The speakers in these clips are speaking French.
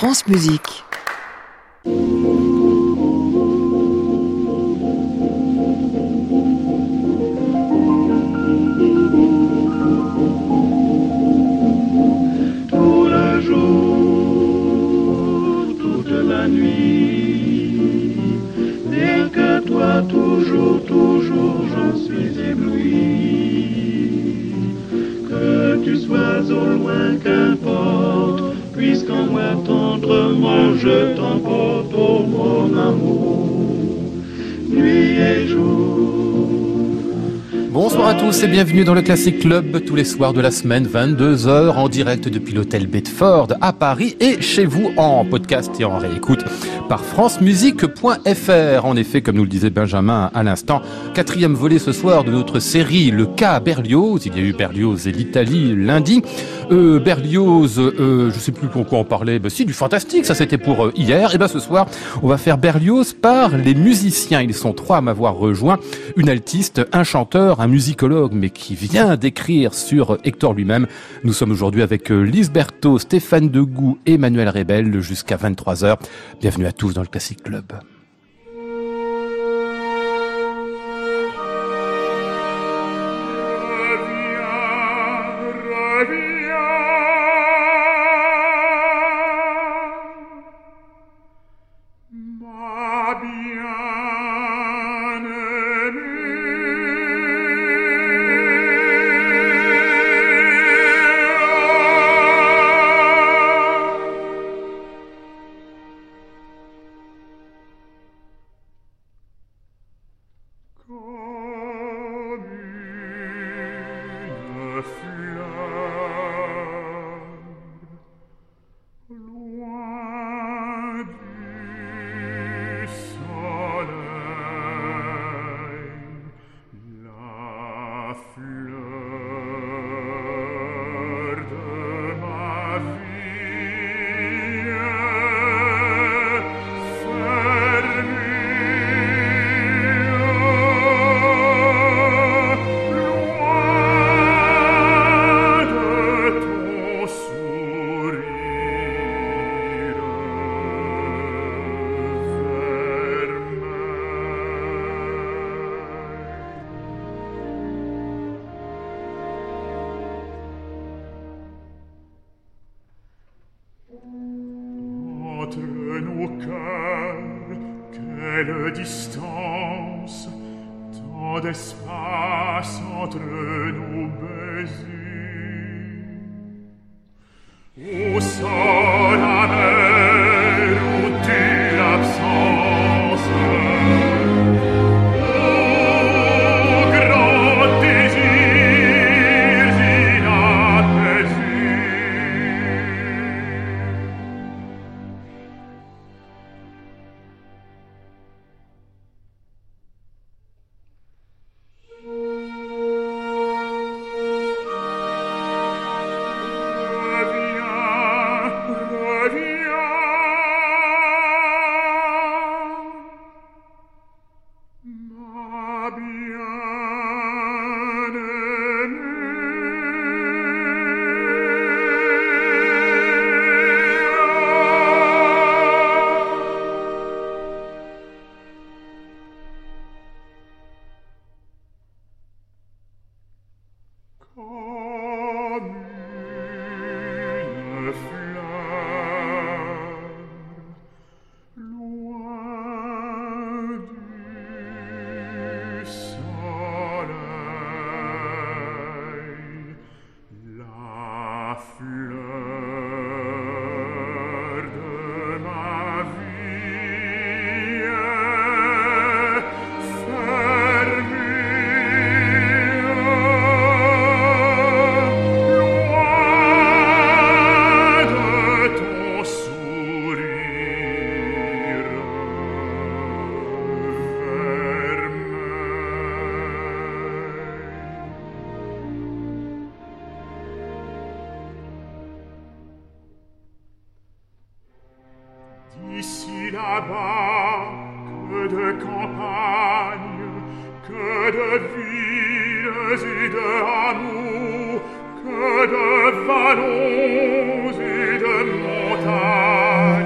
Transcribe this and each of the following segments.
France Musique. Tout le jour, toute la nuit, rien que toi, toujours, toujours, j'en suis ébloui. Que tu sois au loin, qu'importe, puisqu'en moi tendrement je t'emporte, oh mon amour, nuit et jour. Bonsoir à tous et bienvenue dans le Classic Club tous les soirs de la semaine, 22h en direct depuis l'hôtel Bedford à Paris et chez vous en podcast et en réécoute par francemusique.fr. En effet, comme nous le disait Benjamin à l'instant, 4e volet ce soir de notre série Le cas Berlioz. Il y a eu Berlioz et l'Italie lundi. Berlioz, je sais plus pourquoi on parlait, si du fantastique, ça c'était pour hier. Et ce soir, on va faire Berlioz par les musiciens. Ils sont 3 à m'avoir rejoint, une altiste, un chanteur, un musicologue, mais qui vient d'écrire sur Hector lui-même. Nous sommes aujourd'hui avec Lise Berthaud, Stéphane Degout et Emmanuel Rebel jusqu'à 23h. Bienvenue à tous dans le Classic Club. de villes et de hameaux, que de vallons et de montagnes.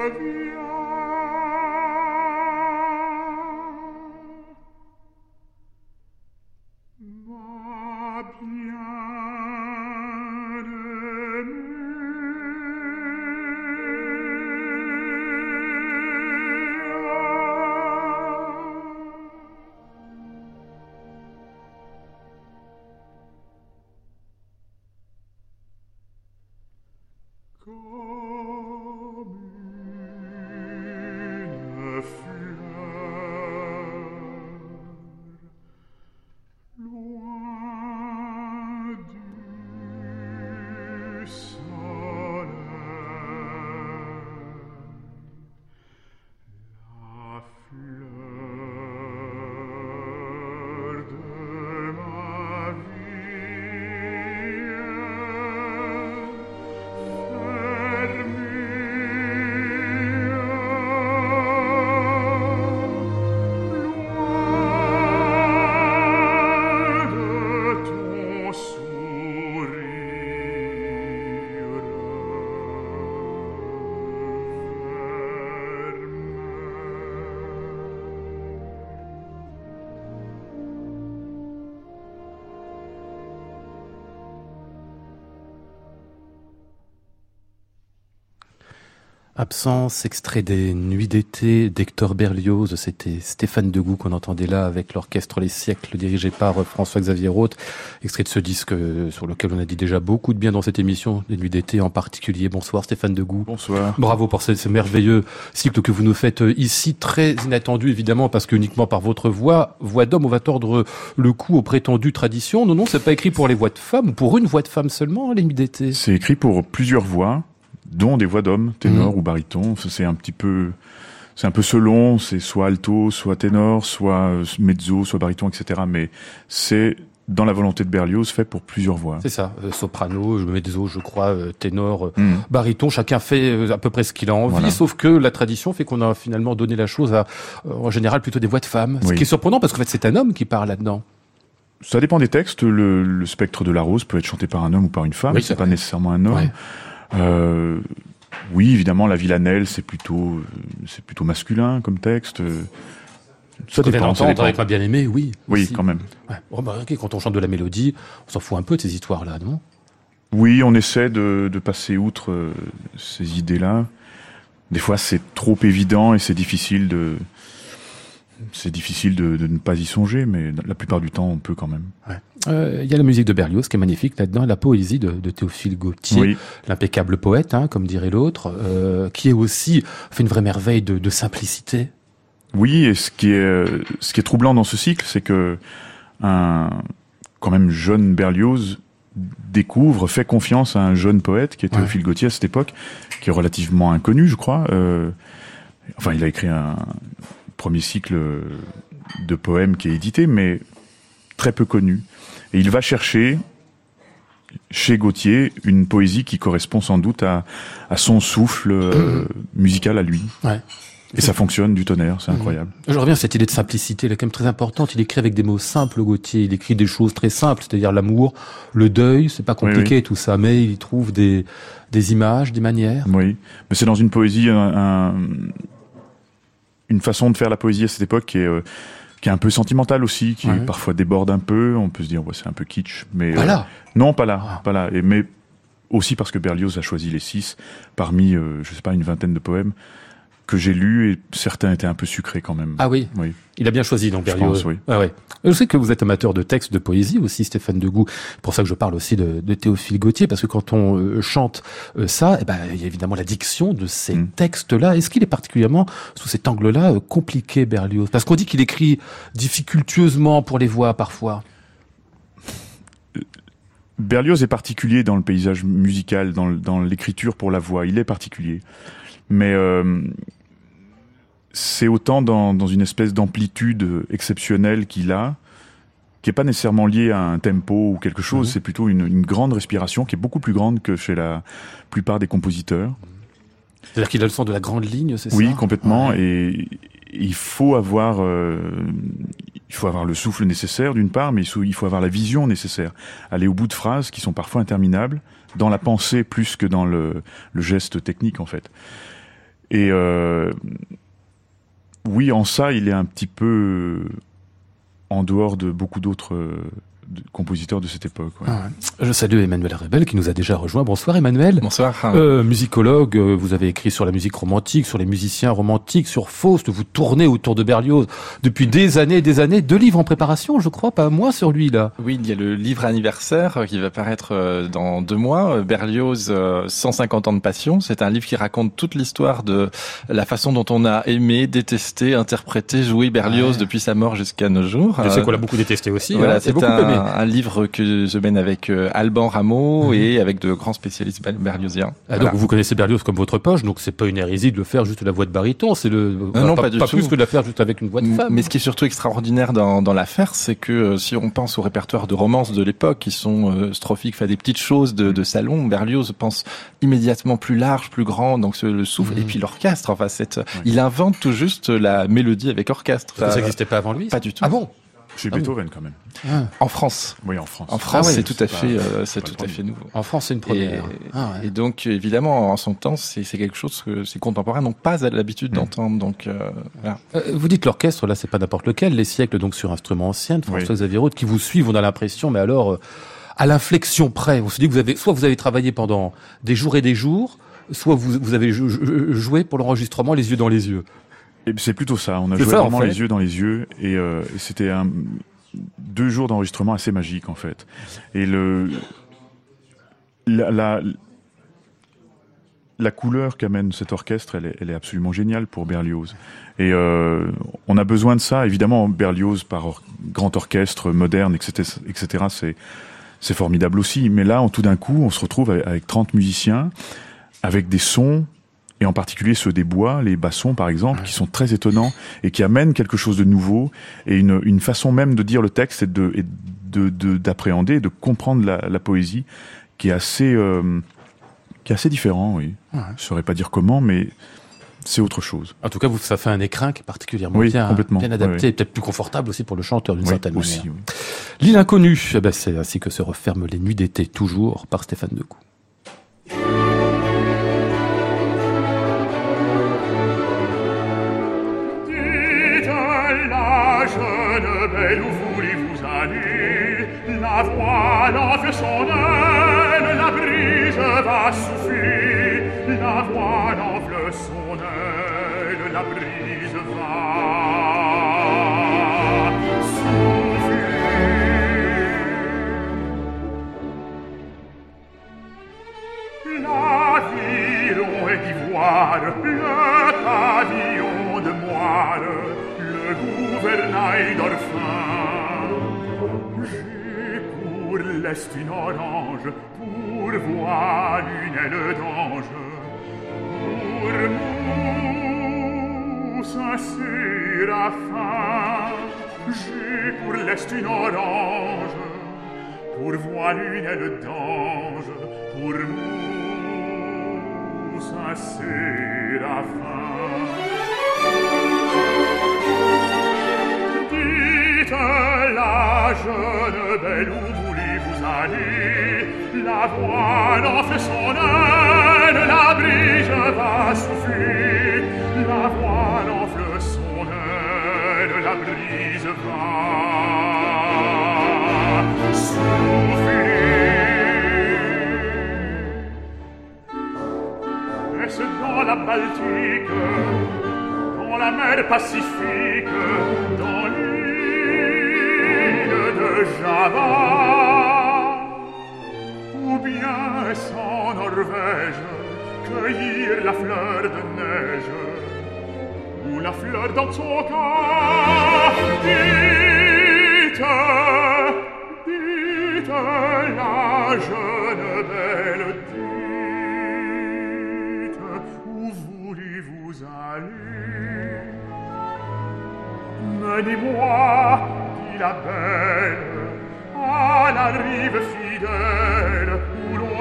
Absence, extrait des Nuits d'été d'Hector Berlioz, c'était Stéphane Degout qu'on entendait là avec l'orchestre Les Siècles dirigé par François-Xavier Roth, extrait de ce disque sur lequel on a dit déjà beaucoup de bien dans cette émission, les Nuits d'été en particulier. Bonsoir Stéphane Degout. Bonsoir. Bravo pour ce merveilleux cycle que vous nous faites ici, très inattendu évidemment parce que uniquement par votre voix d'homme, on va tordre le cou aux prétendues traditions. Non, c'est pas écrit pour les voix de femmes ou pour une voix de femme seulement, les Nuits d'été. C'est écrit pour plusieurs voix, dont des voix d'hommes, ténor ou baryton. C'est un peu selon, c'est soit alto, soit ténor, soit mezzo, soit baryton, etc. Mais c'est, dans la volonté de Berlioz, fait pour plusieurs voix. C'est ça, soprano, mezzo, je crois, ténor, baryton, chacun fait à peu près ce qu'il a envie, voilà. Sauf que la tradition fait qu'on a finalement donné la chose à, en général, plutôt des voix de femmes. Ce qui est surprenant, parce qu'en fait, c'est un homme qui parle là-dedans. Ça dépend des textes. Le spectre de la rose peut être chanté par un homme ou par une femme. Oui, c'est pas nécessairement un homme. Ouais. Oui, évidemment, la Villanelle, c'est plutôt masculin comme texte. Ça dépend. Avec ma bien-aimée, oui. Oui, aussi. Quand même. Ouais. Oh, bah, okay, quand on chante de la mélodie, on s'en fout un peu de ces histoires-là, non ? Oui, on essaie de passer outre ces idées-là. Des fois, c'est trop évident et c'est difficile de ne pas y songer, mais la plupart du temps, on peut quand même. Ouais. Y a la musique de Berlioz qui est magnifique là-dedans, la poésie de Théophile Gautier, oui. L'impeccable poète, comme dirait l'autre, qui est aussi fait une vraie merveille de simplicité. Oui, et ce qui est troublant dans ce cycle, c'est que un quand même jeune Berlioz fait confiance à un jeune poète qui est Théophile Gautier à cette époque, qui est relativement inconnu, je crois. Enfin, il a écrit un premier cycle de poèmes qui est édité, mais très peu connu. Et il va chercher chez Gautier une poésie qui correspond sans doute à son souffle musical à lui. Ouais. Et ça fonctionne du tonnerre, c'est incroyable. Je reviens à cette idée de simplicité, elle est quand même très importante. Il écrit avec des mots simples, Gautier. Il écrit des choses très simples, c'est-à-dire l'amour, le deuil, c'est pas compliqué tout ça, mais il trouve des images, des manières. Oui, mais c'est dans une poésie une façon de faire la poésie à cette époque qui est un peu sentimentale aussi, qui parfois déborde un peu. On peut se dire c'est un peu kitsch, mais non, pas là. Mais aussi parce que Berlioz a choisi les 6 parmi je sais pas, une vingtaine de poèmes que j'ai lus, et certains étaient un peu sucrés quand même. Ah oui. Il a bien choisi, donc, Berlioz. Je pense, oui. Ah ouais. Je sais que vous êtes amateur de textes, de poésie aussi, Stéphane Degout. C'est pour ça que je parle aussi de Théophile Gautier, parce que quand on chante ça, il y a évidemment la diction de ces textes-là. Est-ce qu'il est particulièrement, sous cet angle-là, compliqué, Berlioz ? Parce qu'on dit qu'il écrit difficultueusement pour les voix, parfois. Berlioz est particulier dans le paysage musical, dans l'écriture pour la voix. Il est particulier. Mais c'est autant dans une espèce d'amplitude exceptionnelle qu'il a, qui est pas nécessairement liée à un tempo ou quelque chose, c'est plutôt une grande respiration qui est beaucoup plus grande que chez la plupart des compositeurs. C'est-à-dire qu'il a le sens de la grande ligne, c'est ça ? Oui, complètement, et il faut avoir le souffle nécessaire d'une part, mais il faut avoir la vision nécessaire. Aller au bout de phrases qui sont parfois interminables, dans la pensée plus que dans le geste technique en fait. Et oui, en ça, il est un petit peu en dehors de beaucoup d'autres compositeurs de cette époque. Ouais. Ah ouais. Je salue Emmanuel Rebel qui nous a déjà rejoint. Bonsoir Emmanuel. Bonsoir. Musicologue, vous avez écrit sur la musique romantique, sur les musiciens romantiques, sur Faust. Vous tournez autour de Berlioz depuis des années et des années. 2 livres en préparation, je crois, pas moi sur lui là. Oui, il y a le livre anniversaire qui va paraître dans 2 mois. Berlioz, 150 ans de passion. C'est un livre qui raconte toute l'histoire de la façon dont on a aimé, détesté, interprété, joué Berlioz depuis sa mort jusqu'à nos jours. Je sais qu'on l'a beaucoup détesté aussi. Voilà, hein. c'est beaucoup aimé. Un livre que je mène avec Alban Rameau et avec de grands spécialistes berlioziens. Ah, donc vous connaissez Berlioz comme votre poche, donc c'est pas une hérésie de le faire juste la voix de baryton, c'est non, pas du tout. Plus que de la faire juste avec une voix de femme. Mais ce qui est surtout extraordinaire dans l'affaire, c'est que si on pense au répertoire de romances de l'époque, qui sont strophiques, des petites choses de salon, Berlioz pense immédiatement plus large, plus grand, donc le souffle, et puis l'orchestre. Enfin, il invente tout juste la mélodie avec orchestre. Ça n'existait pas avant lui? Pas du tout. Ah bon? Chez Beethoven, quand même. En France. Oui, en France. En France, oui, c'est tout à fait nouveau. En France, c'est une première. Et donc, évidemment, en son temps, c'est quelque chose que ces contemporains n'ont pas l'habitude d'entendre. Donc, voilà. Vous dites l'orchestre, là, c'est pas n'importe lequel. Les siècles, donc, sur instruments anciens, de François-Xavier Roth, qui vous suivent, on a l'impression, mais alors, à l'inflexion près. On se dit que soit vous avez travaillé pendant des jours et des jours, soit vous avez joué pour l'enregistrement les yeux dans les yeux. Et c'est plutôt ça. On a joué vraiment les yeux dans les yeux, et c'était 2 jours d'enregistrement assez magiques en fait. Et la couleur qu'amène cet orchestre, elle est absolument géniale pour Berlioz. Et on a besoin de ça. Évidemment, Berlioz par grand orchestre moderne, etc. C'est formidable aussi. Mais là, tout d'un coup, on se retrouve avec 30 musiciens, avec des sons. Et en particulier ceux des bois, les bassons par exemple, qui sont très étonnants et qui amènent quelque chose de nouveau et une façon même de dire le texte et d'appréhender, de comprendre la poésie qui est assez différent, oui. Ouais. Je saurais pas dire comment, mais c'est autre chose. En tout cas, ça fait un écrin qui est particulièrement bien adapté et peut-être plus confortable aussi pour le chanteur d'une certaine manière. Oui. L'île inconnue, c'est ainsi que se referment les nuits d'été, toujours par Stéphane Decou. Belle, où voulez-vous aller? La voile enfle son aile, la brise va souffler. La voile enfle son aile, la brise va souffler. L'aviron est d'ivoire, le pavillon de moire, le gouvernail d'orphin. J'ai pour l'est une orange, pour voile une aile d'ange, pour mousse un séraphin. J'ai pour l'est une orange, pour voile une aile d'ange, pour mousse un séraphin. La jeune belle, où voulez-vous aller? La voile enfle son aile, la brise va souffler. La voile enfle son aile, la brise va souffler. Est-ce dans la Baltique, dans la mer Pacifique, dans Java, ou bien sans Norvège, cueillir la fleur de neige, ou la fleur dans son cas. Dites, la jeune belle, dites, où voulez-vous aller? Menez-moi, la belle, à la rive fidèle où l'on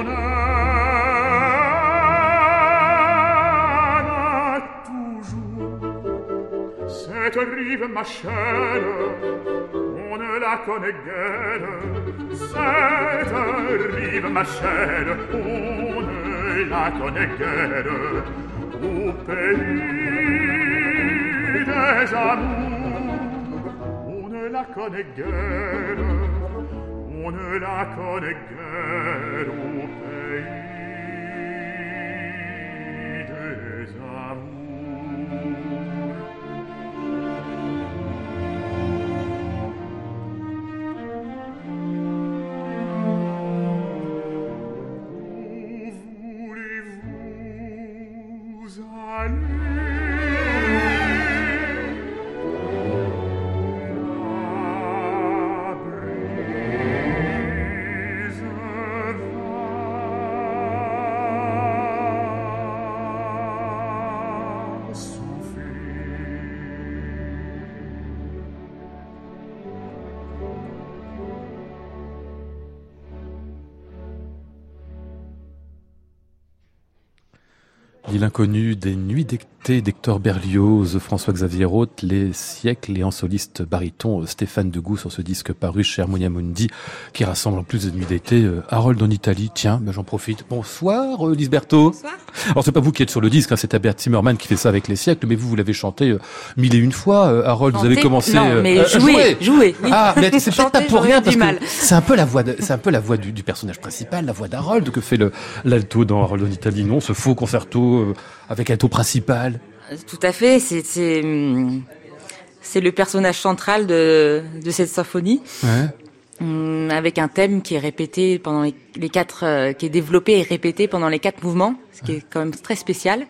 aime toujours. Cette rive, ma chère, on ne la connaît guère. Cette rive, ma chère, on ne la connaît guère. au pays des amours. On ne la connaît guère, on ne la connaît guère au pays des amours. L'inconnu des nuits d'été d'Hector Berlioz, François-Xavier Roth, les siècles et en soliste baryton Stéphane Degout sur ce disque paru chez Harmonia Mundi qui rassemble en plus de nuits d'été Harold en Italie. Tiens, j'en profite. Bonsoir Lisberto. Bonsoir. Alors c'est pas vous qui êtes sur le disque, c'est Herbert Zimmermann qui fait ça avec les siècles, mais vous l'avez chanté 1001 fois. Harold, vous avez commencé non, mais jouer. Oui. Ah, mais c'est peut-être pas pour rien parce mal. que c'est un peu la voix du personnage principal, la voix d'Harold que fait l'alto dans Harold en Italie. Non, ce faux concerto avec alto principal. Tout à fait, c'est le personnage central de cette symphonie. Ouais. Avec un thème qui est répété pendant les quatre, qui est développé et répété pendant les 4 mouvements, ce qui est quand même très spécial.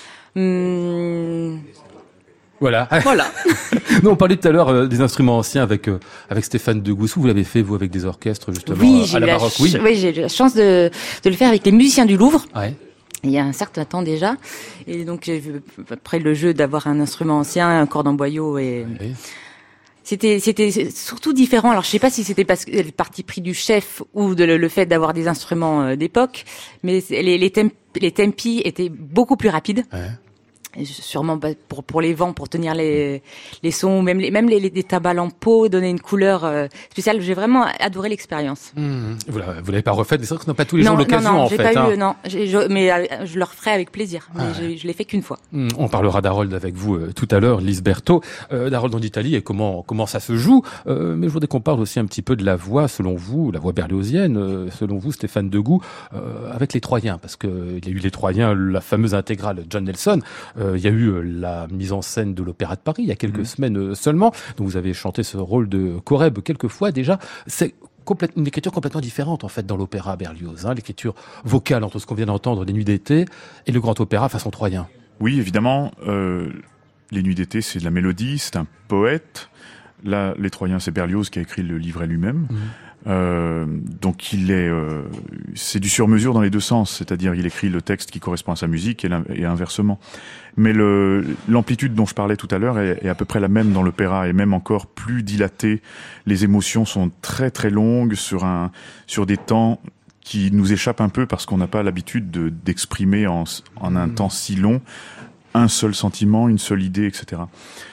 Voilà. Nous, on parlait tout à l'heure des instruments anciens avec Stéphane Degout. Vous l'avez fait, vous, avec des orchestres, justement, oui, à la baroque. Oui, j'ai eu la chance de le faire avec les musiciens du Louvre. Ouais. Il y a un certain temps déjà. Et donc, j'ai vu, après le jeu d'avoir un instrument ancien, un cordon boyau et... Oui. C'était surtout différent. Alors, je sais pas si c'était parce que le parti pris du chef ou le fait d'avoir des instruments d'époque, mais les tempi étaient beaucoup plus rapides. Ouais. Et sûrement pour les vents, pour tenir les sons, même les timbales en peau, donner une couleur spéciale. J'ai vraiment adoré l'expérience. Vous l'avez pas refait, mais c'est vrai que ce n'est pas tous les jours l'occasion, non, en j'ai fait. pas eu, non, mais je le referai avec plaisir. Mais je l'ai fait qu'une fois. On parlera d'Harold avec vous tout à l'heure, Lisberto, d'Harold en Italie et comment ça se joue. Mais je voudrais qu'on parle aussi un petit peu de la voix, selon vous, la voix berliozienne, selon vous, Stéphane Degout, avec les Troyens, parce que il y a eu les Troyens, la fameuse intégrale John Nelson. Il y a eu la mise en scène de l'Opéra de Paris il y a quelques semaines seulement. Donc vous avez chanté ce rôle de Corrèbe quelques fois déjà. C'est une écriture complètement différente en fait dans l'opéra Berlioz, l'écriture vocale entre ce qu'on vient d'entendre, les Nuits d'été, et le grand opéra façon Troyen. Oui, évidemment, les Nuits d'été, c'est de la mélodie, c'est un poète. Là, les Troyens, c'est Berlioz qui a écrit le livret lui-même. Donc c'est du sur-mesure dans les deux sens, c'est-à-dire il écrit le texte qui correspond à sa musique et inversement. Mais l'amplitude dont je parlais tout à l'heure est à peu près la même dans l'opéra et même encore plus dilatée. Les émotions sont très très longues sur des temps qui nous échappent un peu parce qu'on n'a pas l'habitude d'exprimer en un temps si long un seul sentiment, une seule idée, etc.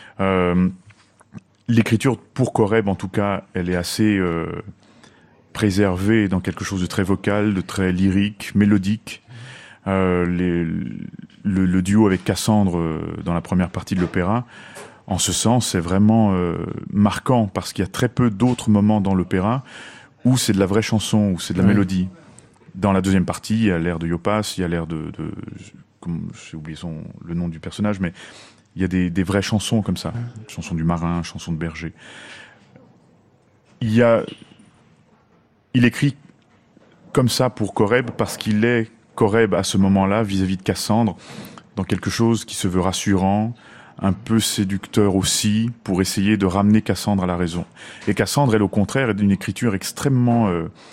L'écriture pour Corrèbe, en tout cas, elle est assez préservée dans quelque chose de très vocal, de très lyrique, mélodique. Le duo avec Cassandre dans la première partie de l'opéra, en ce sens, c'est vraiment marquant parce qu'il y a très peu d'autres moments dans l'opéra où c'est de la vraie chanson, où c'est de la mélodie. Dans la deuxième partie, il y a l'air de Iopas, il y a l'air j'ai oublié le nom du personnage, mais il y a des vraies chansons comme ça, chansons du marin, chansons de berger. Il écrit comme ça pour Corrèbe parce qu'il est Corrèbe à ce moment-là vis-à-vis de Cassandre dans quelque chose qui se veut rassurant, un peu séducteur aussi, pour essayer de ramener Cassandre à la raison. Et Cassandre, elle, au contraire, est d'une écriture extrêmement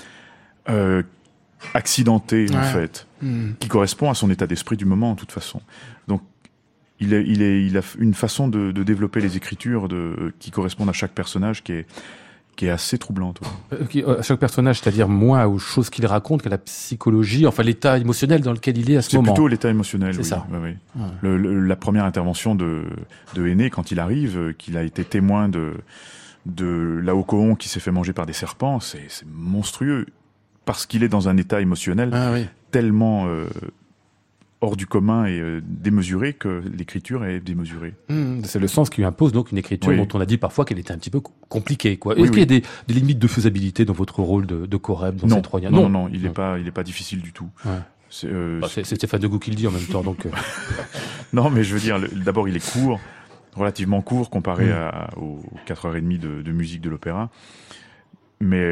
accidentée, en fait, qui correspond à son état d'esprit du moment, en toute façon. Donc, il a une façon de développer les écritures qui correspondent à chaque personnage qui est assez troublante. Chaque personnage, c'est-à-dire moins aux choses qu'il raconte qu'à la psychologie, enfin l'état émotionnel dans lequel il est à ce moment. C'est plutôt l'état émotionnel, c'est ça. Oui. La première intervention de Aîné, quand il arrive, qu'il a été témoin de Laocoon qui s'est fait manger par des serpents, c'est monstrueux, parce qu'il est dans un état émotionnel tellement hors du commun et démesuré que l'écriture est démesurée. C'est le sens qui lui impose donc une écriture Oui. dont on a dit parfois qu'elle était un petit peu compliquée, quoi. Oui, Est-ce qu'il y a oui. des limites de faisabilité dans votre rôle de Coreb dans Non, ces Troyens? non, il est pas difficile du tout. Ouais. C'est, C'est Stéphane Degout qui le dit en même temps, donc. Non, mais je veux dire, d'abord, il est court, relativement court comparé aux 4h30 de musique de l'opéra. Mais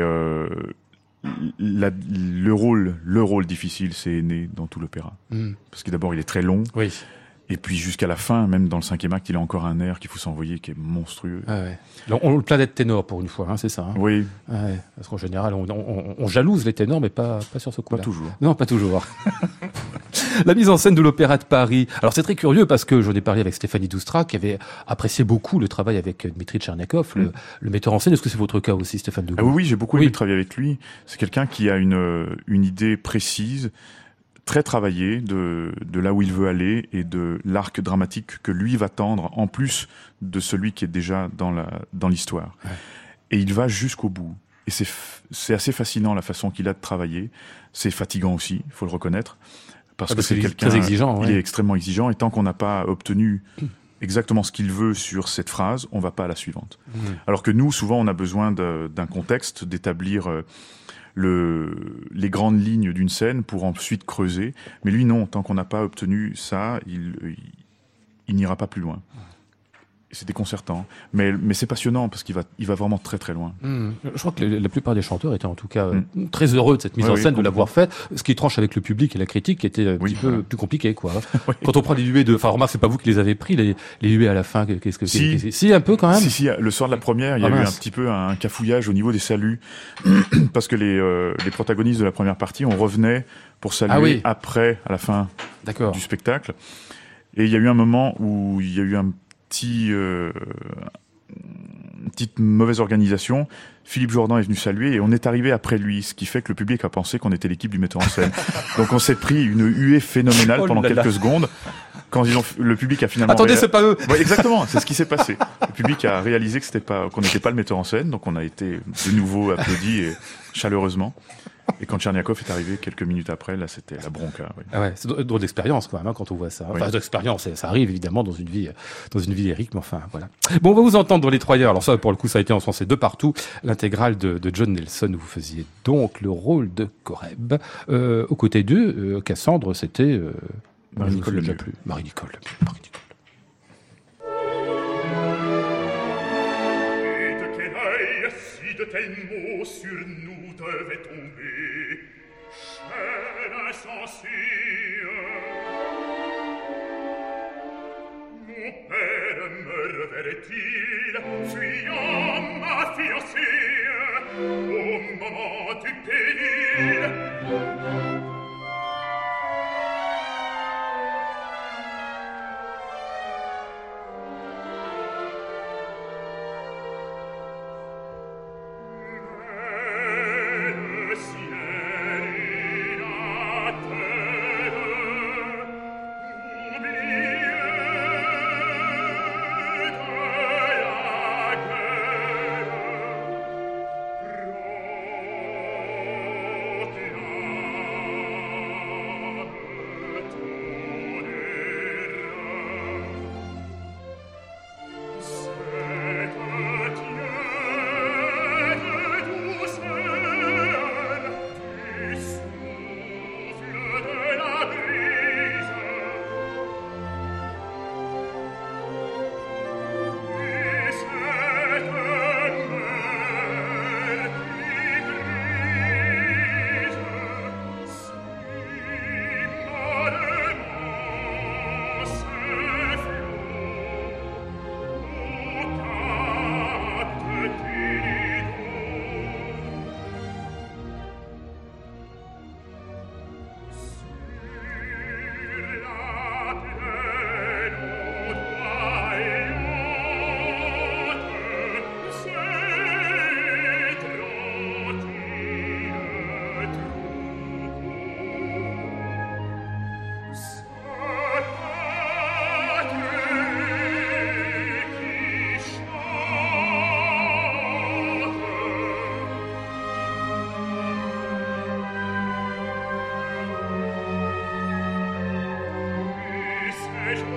le rôle difficile, c'est Aîné dans tout l'opéra. Parce que d'abord, il est très long. Oui. Et puis jusqu'à la fin, même dans le 5e acte, il a encore un air qu'il faut s'envoyer qui est monstrueux. Ah ouais. Alors, on le plaint d'être ténor pour une fois, hein, c'est ça. Hein. Oui, Ah ouais. Parce qu'en général, on jalouse les ténors, mais pas sur ce pas coup-là. toujours. Non, pas toujours. La mise en scène de l'Opéra de Paris. Alors c'est très curieux parce que j'en ai parlé avec Stéphanie Doustra qui avait apprécié beaucoup le travail avec Dmitri Tcherniakov, le metteur en scène. Est-ce que c'est votre cas aussi, Stéphane Degout? Ah oui, j'ai beaucoup aimé travailler avec lui. C'est quelqu'un qui a une idée précise, très travaillée de là où il veut aller et de l'arc dramatique que lui va tendre, en plus de celui qui est déjà dans l'histoire. Ouais. Et il va jusqu'au bout. Et c'est assez fascinant la façon qu'il a de travailler. C'est fatigant aussi, il faut le reconnaître. Parce que c'est quelqu'un très exigeant. Il est extrêmement exigeant et tant qu'on n'a pas obtenu exactement ce qu'il veut sur cette phrase, on va pas à la suivante. Alors que nous, souvent, on a besoin d'un contexte, d'établir les grandes lignes d'une scène pour ensuite creuser. Mais lui, non, tant qu'on n'a pas obtenu ça, il n'ira pas plus loin. C'est déconcertant, mais c'est passionnant parce qu'il va vraiment très très loin. Je crois que la plupart des chanteurs étaient en tout cas très heureux de cette mise en scène, de l'avoir faite. Ce qui tranche avec le public et la critique, qui était un petit peu plus compliqué, quoi. Quand on prend les huées enfin, remarque, c'est pas vous qui les avez pris, les huées à la fin. Si, un peu quand même. Si, le soir de la première, il y a eu un petit peu un cafouillage au niveau des saluts, parce que les protagonistes de la première partie, on revenait pour saluer après, à la fin du spectacle. Et il y a eu un moment où il y a eu une petite mauvaise organisation. Philippe Jourdan est venu saluer et on est arrivé après lui, ce qui fait que le public a pensé qu'on était l'équipe du metteur en scène. Donc on s'est pris une huée phénoménale pendant quelques secondes. Quand le public a finalement... Attendez, c'est pas eux. Ouais, exactement, c'est ce qui s'est passé. Le public a réalisé que qu'on n'était pas le metteur en scène, donc on a été de nouveau applaudis et chaleureusement. Et quand Tcherniakov est arrivé quelques minutes après, là, c'était la bronca. Oui. Ah ouais, c'est drôle d'expérience quand même, hein, quand on voit ça. Enfin, d'expérience, ça arrive évidemment dans une vie lyrique, mais enfin, voilà. Bon, on va vous entendre dans Les Troyens. Alors ça, pour le coup, ça a été encensé de partout. L'intégrale de John Nelson, où vous faisiez donc le rôle de Coreb. Aux côtés d'eux, Cassandre, c'était Marie-Nicole Le Plus. Marie-Nicole. De tels mots sur nous devaient tomber, chaîne insensée. Mon père me reverrait-il, fuyant ma fiancée, au moment du péril?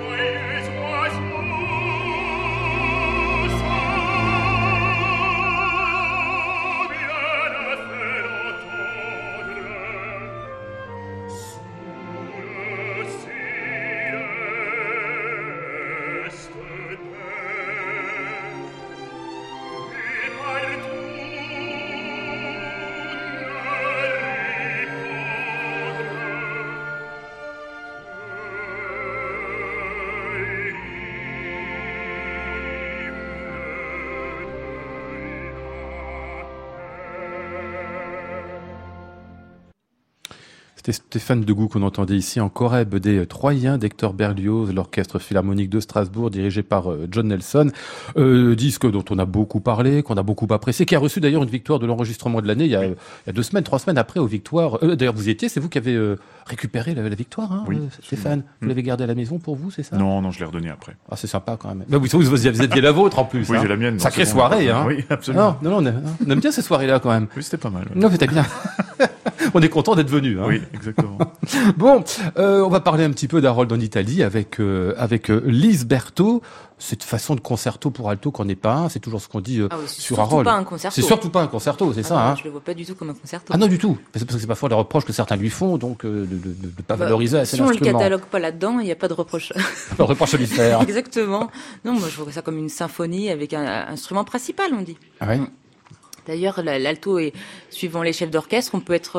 C'était Stéphane Degout qu'on entendait ici en Corrèbe des Troyens d'Hector Berlioz, l'orchestre philharmonique de Strasbourg dirigé par John Nelson. Disque dont on a beaucoup parlé, qu'on a beaucoup apprécié, qui a reçu d'ailleurs une victoire de l'enregistrement de l'année il y a 2 semaines, 3 semaines après aux victoires. D'ailleurs vous y étiez, c'est vous qui avez récupéré la victoire, hein, oui, Stéphane. Vous l'avez gardée à la maison pour vous, c'est ça? Non, je l'ai redonnée après. Ah, c'est sympa quand même. Mais vous aviez la vôtre en plus. Oui, hein. j'ai la mienne. Sacrée soirée, hein. Oui, absolument. Non, on aime bien ces soirées-là quand même. Oui, c'était pas mal. Ouais. Non, c'était bien. On est content d'être venus. Hein. Oui, exactement. Bon, on va parler un petit peu d'Harold en Italie avec Lise Berthaud. Cette façon de concerto pour alto qu'on n'est pas un, c'est toujours ce qu'on dit sur Harold. C'est surtout pas un concerto, c'est ça. Hein. Je le vois pas du tout comme un concerto. Ah non, du tout. C'est parce que c'est parfois les reproches que certains lui font, donc de pas valoriser assez l'instrument. Si on le catalogue pas là-dedans, il n'y a pas de reproche. Pas de reproche à lui faire. Exactement. Non, moi je vois ça comme une symphonie avec un instrument principal, on dit. Ah ouais. D'ailleurs, l'alto est suivant les chefs d'orchestre, on peut être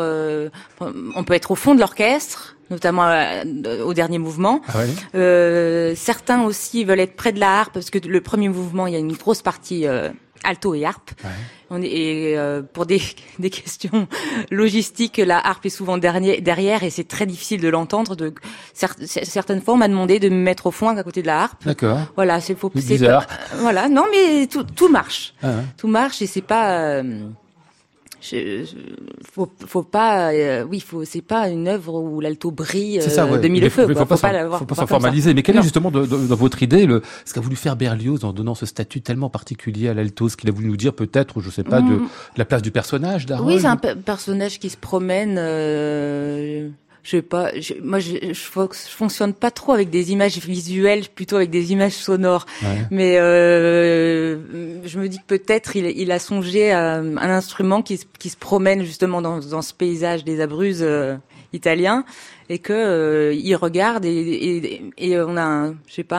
au fond de l'orchestre, notamment au dernier mouvement. Ah ouais. Certains aussi veulent être près de la harpe parce que le premier mouvement, il y a une grosse partie alto et harpe. Ouais. Pour des questions logistiques, la harpe est souvent derrière et c'est très difficile de l'entendre. Certaines fois, on m'a demandé de me mettre au fond à côté de la harpe. D'accord. Voilà, c'est bizarre. Voilà, non, mais tout marche. Ah ouais. Tout marche et c'est pas. Faut pas. C'est pas une œuvre où l'alto brille de mille feux. Faut pas s'en formaliser. Mais quelle est justement dans votre idée ce qu'a voulu faire Berlioz en donnant ce statut tellement particulier à l'alto, ce qu'il a voulu nous dire peut-être, je sais pas, de la place du personnage d'Harold. Oui, c'est un personnage qui se promène. Je sais pas. Moi, je fonctionne pas trop avec des images visuelles, plutôt avec des images sonores. Ouais. Mais je me dis que peut-être il a songé à un instrument qui se promène justement dans ce paysage des Abruzzes italiens et que il regarde et on a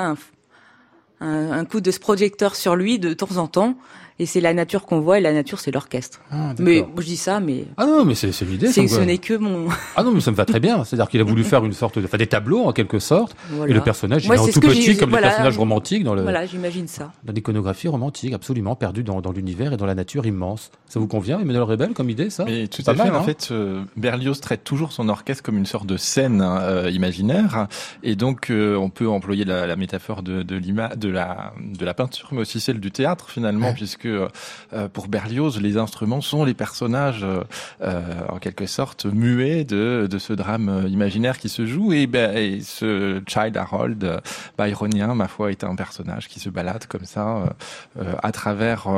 un coup de ce projecteur sur lui de temps en temps. Et c'est la nature qu'on voit, et la nature, c'est l'orchestre. Ah, mais je dis ça, mais... Ah non, mais c'est l'idée. Ce n'est que mon... Ah non, mais ça me va très bien. C'est-à-dire qu'il a voulu faire une sorte des tableaux, en quelque sorte. Voilà. Et le personnage, il est en tout petit, comme les personnages romantiques Voilà, j'imagine ça. Dans l'iconographie romantique, absolument, perdu dans l'univers et dans la nature immense. Ça vous convient, Emmanuel Rebel, comme idée, ça? Mais tout à fait. En fait, Berlioz traite toujours son orchestre comme une sorte de scène imaginaire. Et donc, on peut employer la métaphore de la peinture, mais aussi celle du théâtre, finalement, puisque pour Berlioz, les instruments sont les personnages en quelque sorte muets de ce drame imaginaire qui se joue et ce Childe Harold byronien, ma foi, est un personnage qui se balade comme ça à travers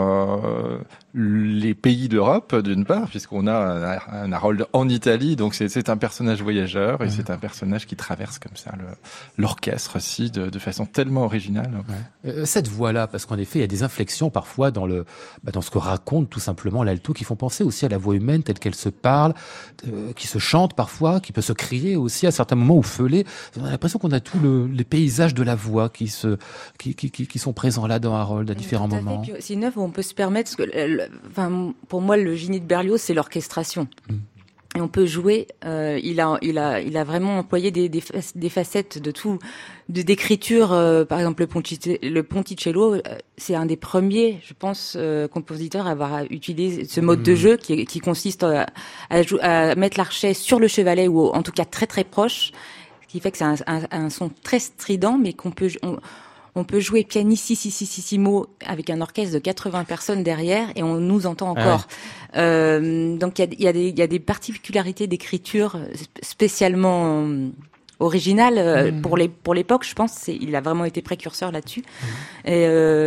les pays d'Europe d'une part, puisqu'on a un Harold en Italie, donc c'est un personnage voyageur et c'est un personnage qui traverse comme ça l'orchestre aussi de façon tellement originale. Cette voix-là, parce qu'en effet il y a des inflexions parfois dans ce que raconte tout simplement l'alto qui font penser aussi à la voix humaine telle qu'elle se parle, qui se chante parfois, qui peut se crier aussi à certains moments ou feuler. On a l'impression qu'on a tous les paysages de la voix qui sont présents là dans Harold à différents moments. C'est une œuvre où on peut se permettre, pour moi le génie de Berlioz c'est l'orchestration. Et on peut jouer. Il a vraiment employé des facettes de tout, d'écriture. Par exemple, le Ponticello, c'est un des premiers, je pense, compositeurs à avoir utilisé ce mode de jeu qui consiste à mettre l'archet sur le chevalet ou en tout cas très très proche, ce qui fait que c'est un son très strident, mais on peut jouer pianissimo avec un orchestre de 80 personnes derrière et on nous entend encore. Donc il y a des particularités d'écriture spécialement originales pour l'époque. Je pense il a vraiment été précurseur là-dessus. Et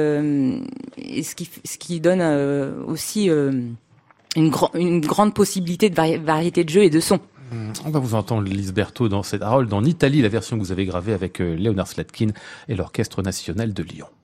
ce qui donne aussi une grande possibilité de variété de jeu et de son. On va vous entendre Lisberto dans cet Harold en Italie, la version que vous avez gravée avec Leonard Slatkin et l'Orchestre National de Lyon.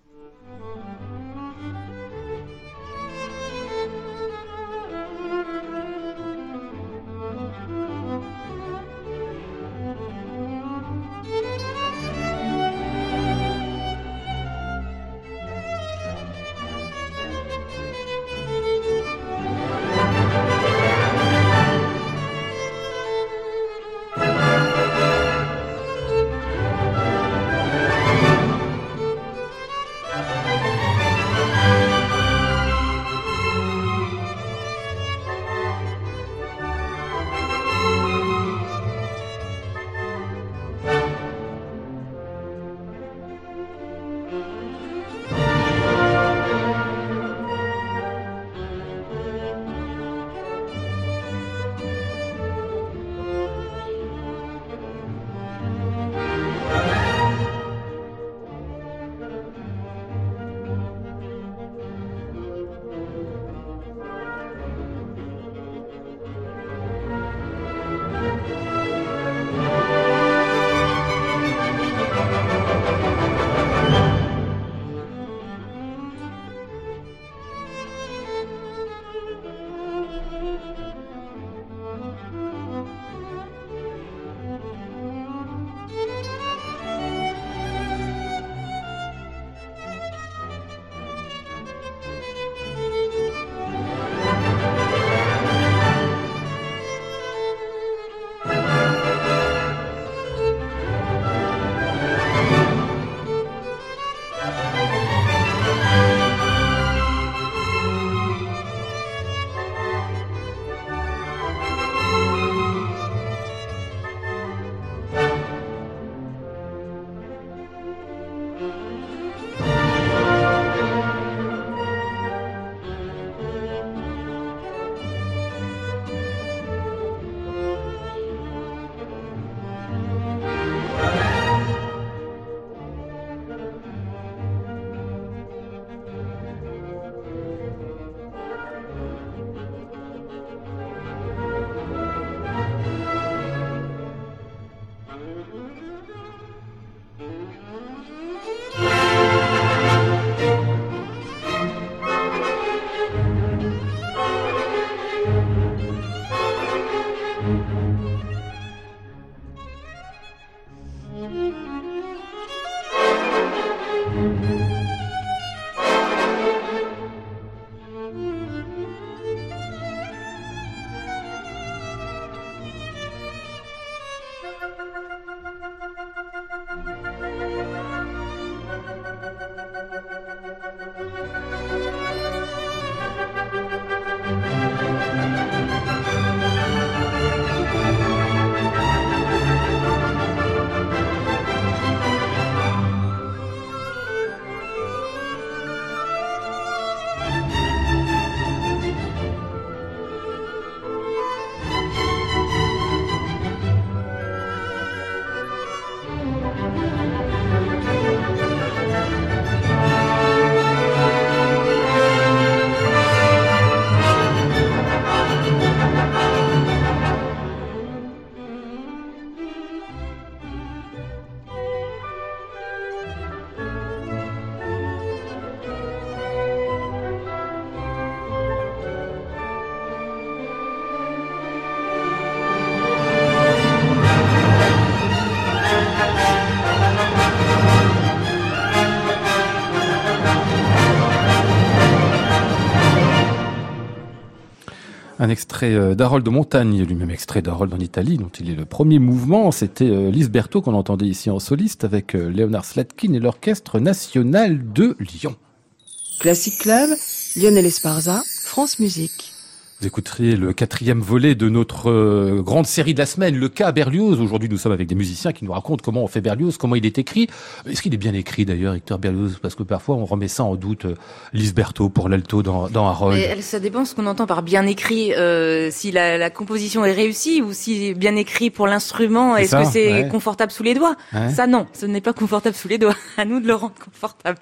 Un extrait d'Harold de Montagne, lui-même extrait d'Harold en Italie, dont il est le premier mouvement. C'était Lisberto qu'on entendait ici en soliste avec Leonard Slatkin et l'Orchestre National de Lyon. Classic Club, Lionel Esparza, France Musique. Vous écouteriez le 4e volet de notre grande série de la semaine, le cas Berlioz. Aujourd'hui, nous sommes avec des musiciens qui nous racontent comment on fait Berlioz, comment il est écrit. Est-ce qu'il est bien écrit d'ailleurs, Hector Berlioz? Parce que parfois, on remet ça en doute. Lisberto pour l'alto dans Harold. Mais ça dépend ce qu'on entend par bien écrit. Si la composition est réussie ou si bien écrit pour l'instrument, est-ce que c'est confortable sous les doigts? Ça, non, ce n'est pas confortable sous les doigts. À nous de le rendre confortable.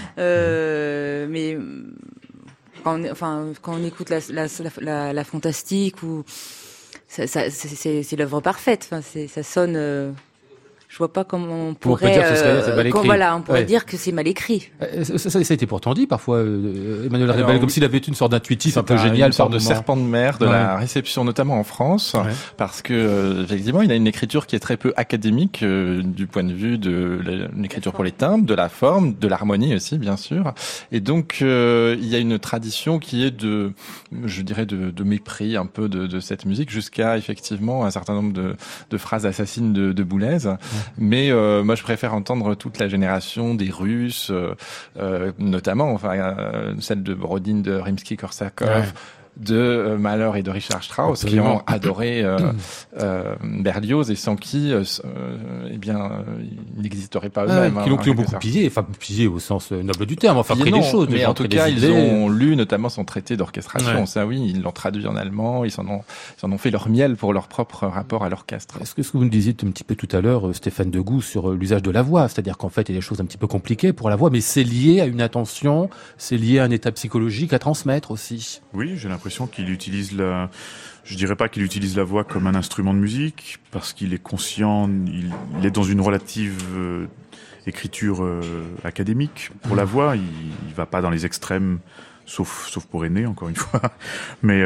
Mais quand on écoute la fantastique ou c'est l'œuvre parfaite. Enfin, ça sonne. Je vois pas comment on pourrait. On peut dire que c'est mal écrit. Voilà, on pourrait dire que c'est mal écrit. Ça a été pourtant dit parfois, Emmanuel Rebel, comme s'il avait une sorte d'intuitif un peu génial, une sorte de serpent de mer de la réception, notamment en France, parce que effectivement, il a une écriture qui est très peu académique du point de vue de l'écriture pour les timbres, de la forme, de l'harmonie aussi, bien sûr. Et donc, il y a une tradition qui est de mépris un peu de cette musique, jusqu'à effectivement un certain nombre de phrases assassines de Boulez. Mais moi, je préfère entendre toute la génération des Russes, notamment, celle de Brodin, de Rimsky-Korsakov, de Mahler et de Richard Strauss, qui ont adoré Berlioz et sans qui, ils n'existeraient pas eux-mêmes. Qui l'ont beaucoup pillé au sens noble du terme, pris des choses. Mais en tout cas, ils ont lu notamment son traité d'orchestration. Ça, oui, ils l'ont traduit en allemand, ils en ont fait leur miel pour leur propre rapport à l'orchestre. Est-ce que ce que vous me disiez un petit peu tout à l'heure, Stéphane Degout, sur l'usage de la voix, c'est-à-dire qu'en fait, il y a des choses un petit peu compliquées pour la voix, mais c'est lié à une attention, c'est lié à un état psychologique à transmettre aussi. Oui, j'ai l'impression qu'il utilise je dirais pas qu'il utilise la voix comme un instrument de musique, parce qu'il est conscient, il est dans une relative écriture académique pour la voix. Il va pas dans les extrêmes, sauf pour Aîné, encore une fois. Mais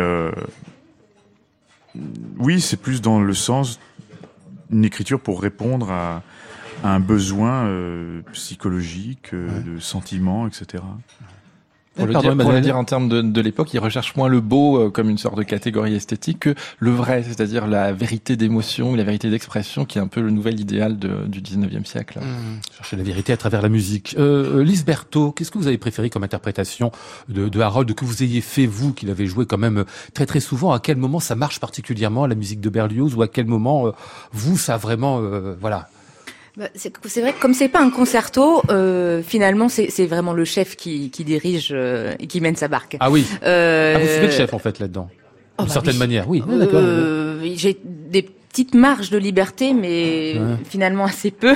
oui, c'est plus dans le sens d'une écriture pour répondre à un besoin psychologique, de sentiments, etc. Pour le dire en termes de l'époque, il recherche moins le beau comme une sorte de catégorie esthétique que le vrai, c'est-à-dire la vérité d'émotion, la vérité d'expression, qui est un peu le nouvel idéal du 19e siècle. Chercher la vérité à travers la musique. Lise Berthaud, qu'est-ce que vous avez préféré comme interprétation de Harold, que vous ayez fait vous, qu'il avait joué quand même très très souvent? À quel moment ça marche particulièrement, la musique de Berlioz, ou à quel moment vous, ça a vraiment, voilà. C'est vrai que comme c'est pas un concerto, finalement c'est vraiment le chef qui dirige et qui mène sa barque. Ah oui. Vous suivez le chef en fait là-dedans. D'une certaine manière, oui. D'accord. J'ai des petites marges de liberté, mais finalement assez peu.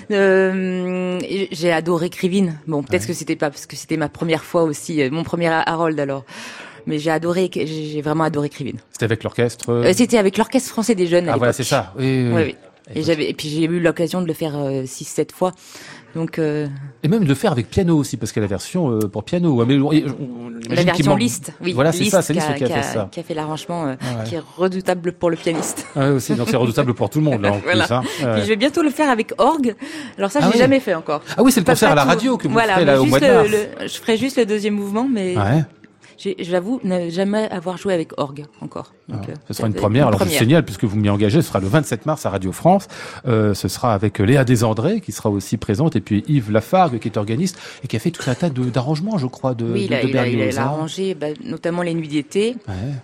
J'ai adoré Krivine. Bon, peut-être que c'était pas parce que c'était ma première fois aussi, mon premier Harold alors. Mais j'ai vraiment adoré Krivine. C'était avec l'orchestre. C'était avec l'Orchestre Français des Jeunes. Ah voilà, c'est ça. Oui. Et puis j'ai eu l'occasion de le faire 6-7 fois. Donc et même de le faire avec piano aussi, parce qu'il y a la version pour piano. Mais la version Liszt, oui. Voilà, c'est ça, c'est Liszt qui a fait ça. Qui a fait l'arrangement, qui est redoutable pour le pianiste. Ah oui, aussi, donc c'est redoutable pour tout le monde là en voilà. plus. Hein. Puis je vais bientôt le faire avec orgue. Alors ça, j'ai jamais fait encore. Ah oui, c'est le concert à la radio que vous ferez là au mois de mars. Je ferai juste le deuxième mouvement, mais. Ouais. J'avoue ne jamais avoir joué avec orgue encore. Donc, ce sera une première. Alors je vous signale, puisque vous m'y engagez, ce sera le 27 mars à Radio France. Ce sera avec Léa Desandré qui sera aussi présente, et puis Yves Lafargue qui est organiste et qui a fait tout un tas d'arrangements, je crois, de Berlioz. Il a arrangé notamment les Nuits d'été.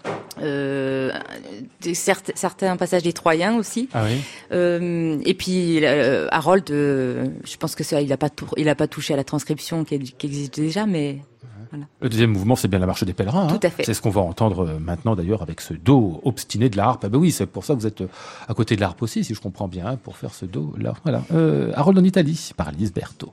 Certains passages des Troyens aussi. Ah oui. Et puis Harold, je pense que ça, il a pas touché à la transcription qui existe déjà, mais. Voilà. Le deuxième mouvement, c'est bien la marche des pèlerins. Tout à fait. C'est ce qu'on va entendre maintenant d'ailleurs avec ce do obstiné de la harpe. Ah ben oui, c'est pour ça que vous êtes à côté de la harpe aussi, si je comprends bien, pour faire ce do là. Voilà. Harold en Italie par Lise Berthaud.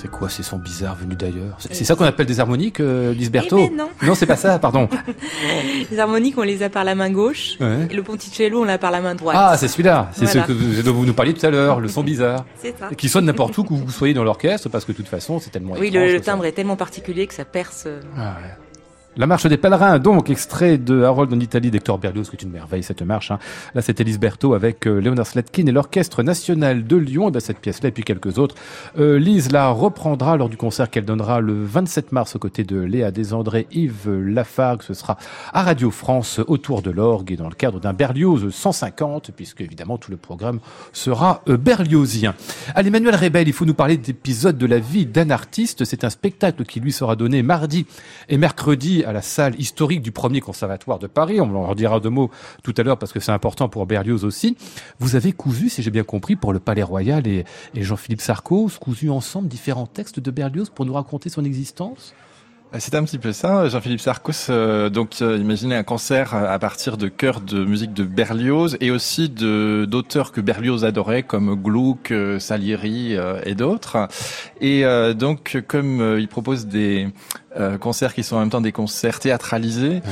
C'est quoi ces sons bizarres venus d'ailleurs? C'est ça qu'on appelle des harmoniques, Lisberto? Eh ben non. Non, c'est pas ça, pardon. Les harmoniques, on les a par la main gauche. Ouais. Et le ponticello, on l'a par la main droite. Ah, c'est celui-là. C'est Voilà. ce dont vous nous parliez tout à l'heure, le son bizarre. C'est ça. Qui sonne n'importe où que vous soyez dans l'orchestre, parce que de toute façon, c'est tellement Oui, étrange, le tout ça. timbre est tellement particulier que ça perce. Ah ouais. La marche des pèlerins, donc, extrait de Harold en Italie d'Hector Berlioz, qui est une merveille, cette marche. Hein. Là, c'était Lisberto avec Leonard Slatkin et l'Orchestre National de Lyon. Et ben, cette pièce-là, et puis quelques autres. Lise la reprendra lors du concert qu'elle donnera le 27 mars aux côtés de Léa Desandré, Yves Lafargue. Ce sera à Radio France, autour de l'orgue et dans le cadre d'un Berlioz 150, puisque, évidemment, tout le programme sera berliozien. Allez, Emmanuel Rebel, il faut nous parler d'épisodes de la vie d'un artiste. C'est un spectacle qui lui sera donné mardi et mercredi à la salle historique du premier conservatoire de Paris. On en redira deux mots tout à l'heure parce que c'est important pour Berlioz aussi. Vous avez cousu, si j'ai bien compris, pour le Palais Royal et Jean-Philippe Sarcos, cousu ensemble différents textes de Berlioz pour nous raconter son existence. C'est un petit peu ça. Jean-Philippe Sarcos, imaginez un concert à partir de chœurs de musique de Berlioz et aussi d'auteurs que Berlioz adorait comme Gluck, Salieri et d'autres. Et donc, comme il propose des concerts qui sont en même temps des concerts théâtralisés,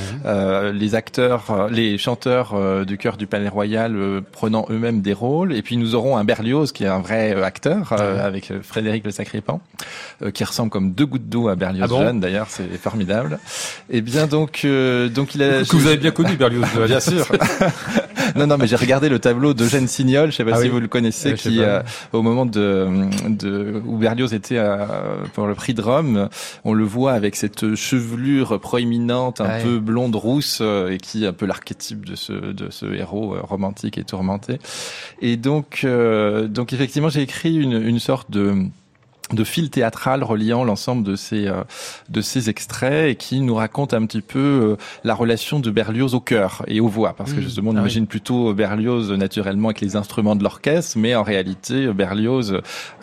les chanteurs du chœur du Palais Royal prenant eux-mêmes des rôles, et puis nous aurons un Berlioz qui est un vrai acteur avec Frédéric Le Sacré-Pan, qui ressemble comme deux gouttes d'eau à Berlioz jeune. D'ailleurs, c'est formidable. Et bien donc il a que vous avez bien connu Berlioz. Bien sûr. Non, mais j'ai regardé le tableau d'Eugène Signol, je sais pas si vous le connaissez, qui au moment où Berlioz était pour le prix de Rome, on le voit avec cette chevelure proéminente, un peu blonde rousse, et qui est un peu l'archétype de ce héros romantique et tourmenté. Et donc effectivement, j'ai écrit une sorte de fil théâtral reliant l'ensemble de ces extraits et qui nous raconte un petit peu la relation de Berlioz au chœur et aux voix, parce que justement on imagine plutôt Berlioz naturellement avec les instruments de l'orchestre, mais en réalité Berlioz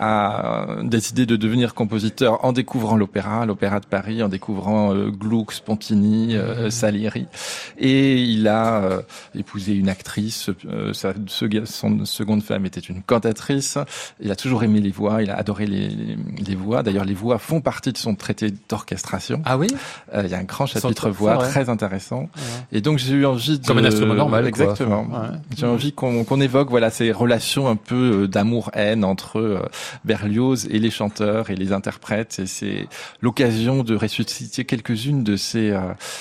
a décidé de devenir compositeur en découvrant l'opéra de Paris, en découvrant Gluck, Spontini, Salieri, et il a épousé une actrice, son seconde femme était une cantatrice, il a toujours aimé les voix, il a adoré les voix. D'ailleurs, les voix font partie de son traité d'orchestration. Ah oui? Il y a un grand chapitre voix très intéressant. Ouais. Et donc, j'ai eu envie comme un instrument normal. Exactement. Ouais. J'ai envie qu'on évoque, ces relations un peu d'amour-haine entre Berlioz et les chanteurs et les interprètes. Et c'est l'occasion de ressusciter quelques-unes de ces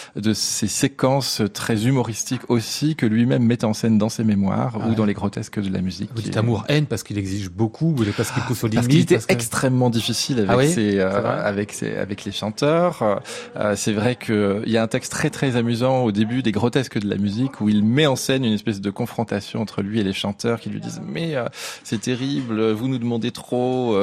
séquences très humoristiques aussi que lui-même met en scène dans ses mémoires ou dans les grotesques de la musique. Vous dites amour-haine parce qu'il exige beaucoup, parce qu'il pousse aux limites. Parce qu'il était extrêmement difficile avec les chanteurs. C'est vrai qu'il y a un texte très très amusant au début des grotesques de la musique où il met en scène une espèce de confrontation entre lui et les chanteurs qui lui disent mais c'est terrible, vous nous demandez trop,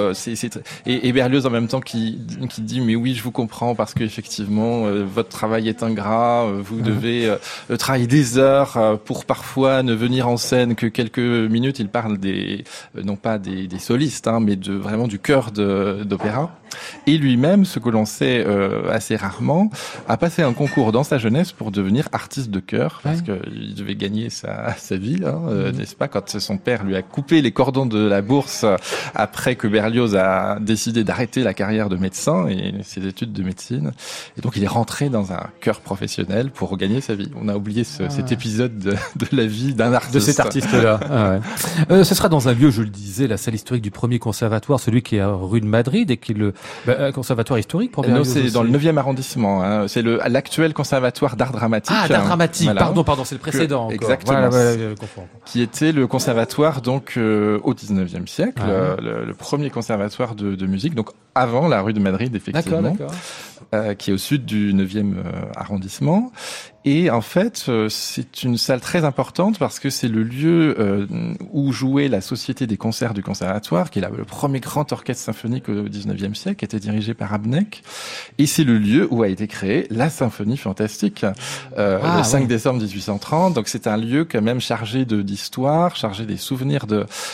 et Berlioz en même temps qui dit mais oui je vous comprends parce que effectivement votre travail est ingrat, vous devez travailler des heures pour parfois ne venir en scène que quelques minutes. Il parle non pas des solistes mais vraiment du chœur d'opéra. Et lui-même, ce que l'on sait assez rarement, a passé un concours dans sa jeunesse pour devenir artiste de chœur, parce qu'il devait gagner sa vie, n'est-ce pas, quand son père lui a coupé les cordons de la bourse après que Berlioz a décidé d'arrêter la carrière de médecin et ses études de médecine. Et donc il est rentré dans un chœur professionnel pour gagner sa vie. On a oublié cet épisode de la vie d'un artiste. De cet artiste-là. Ce sera dans un lieu, je le disais, la salle historique du premier conservatoire, celui qui est à rue de Madrid et qui est le conservatoire historique pour Berlioz. Non, c'est dans le 9e arrondissement. C'est l'actuel conservatoire d'art dramatique. Ah, d'art dramatique. Voilà. Pardon, c'est le précédent. Exactement. Qui était le conservatoire donc au 19e siècle, le premier conservatoire de musique. Donc avant la rue de Madrid, effectivement. D'accord. Qui est au sud du 9e arrondissement. Et en fait, c'est une salle très importante parce que c'est le lieu où jouait la Société des concerts du Conservatoire, qui est le premier grand orchestre symphonique au 19e siècle, qui était dirigé par Abneck. Et c'est le lieu où a été créée la Symphonie Fantastique, le 5 décembre 1830. Donc c'est un lieu quand même chargé d'histoire, chargé des souvenirs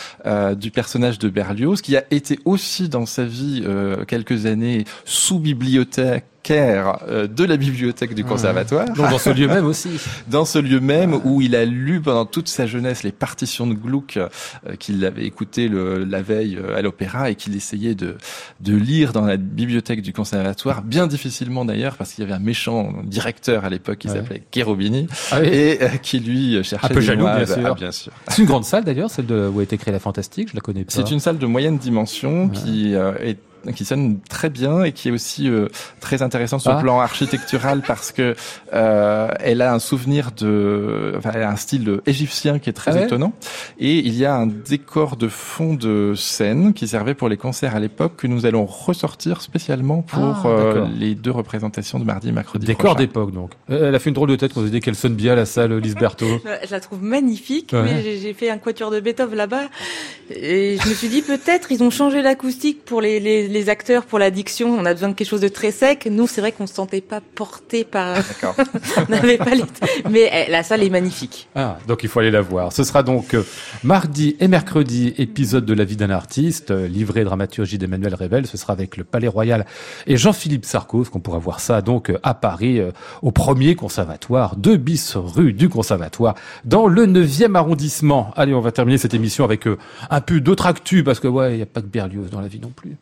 du personnage de Berlioz, qui a été aussi dans sa vie quelques années sous bibliothèque de la bibliothèque du conservatoire. Donc dans ce lieu même aussi. Dans ce lieu même où il a lu pendant toute sa jeunesse les partitions de Gluck qu'il avait écoutées la veille à l'opéra et qu'il essayait de lire dans la bibliothèque du conservatoire, bien difficilement d'ailleurs parce qu'il y avait un méchant directeur à l'époque qui s'appelait Cherubini et qui lui cherchait un peu jaloux, bien sûr. C'est une grande salle d'ailleurs, celle où a été créée la Fantastique, je la connais pas. C'est une salle de moyenne dimension qui sonne très bien et qui est aussi très intéressant sur le plan architectural parce que elle a un souvenir elle a un style égyptien qui est très étonnant et il y a un décor de fond de scène qui servait pour les concerts à l'époque que nous allons ressortir spécialement pour les 2 représentations de mardi et mercredi décor prochain. d'époque donc. Elle a fait une drôle de tête quand vous avez dit qu'elle sonne bien la salle Lisberto. Je la trouve magnifique, mais j'ai fait un quatuor de Beethoven là-bas et je me suis dit peut-être ils ont changé l'acoustique pour les acteurs, pour la diction, on a besoin de quelque chose de très sec. Nous, c'est vrai qu'on se sentait pas porté par... D'accord. On n'avait pas mais la salle est magnifique. Donc il faut aller la voir. Ce sera donc mardi et mercredi, épisode de La vie d'un artiste, livret dramaturgie d'Emmanuel Revel. Ce sera avec le Palais Royal et Jean-Philippe Sarcos, qu'on pourra voir ça donc à Paris, au 1er conservatoire, 2 bis rue du Conservatoire, dans le 9e arrondissement. Allez, on va terminer cette émission avec un peu d'autres actus, parce que il n'y a pas que Berlioz dans la vie non plus.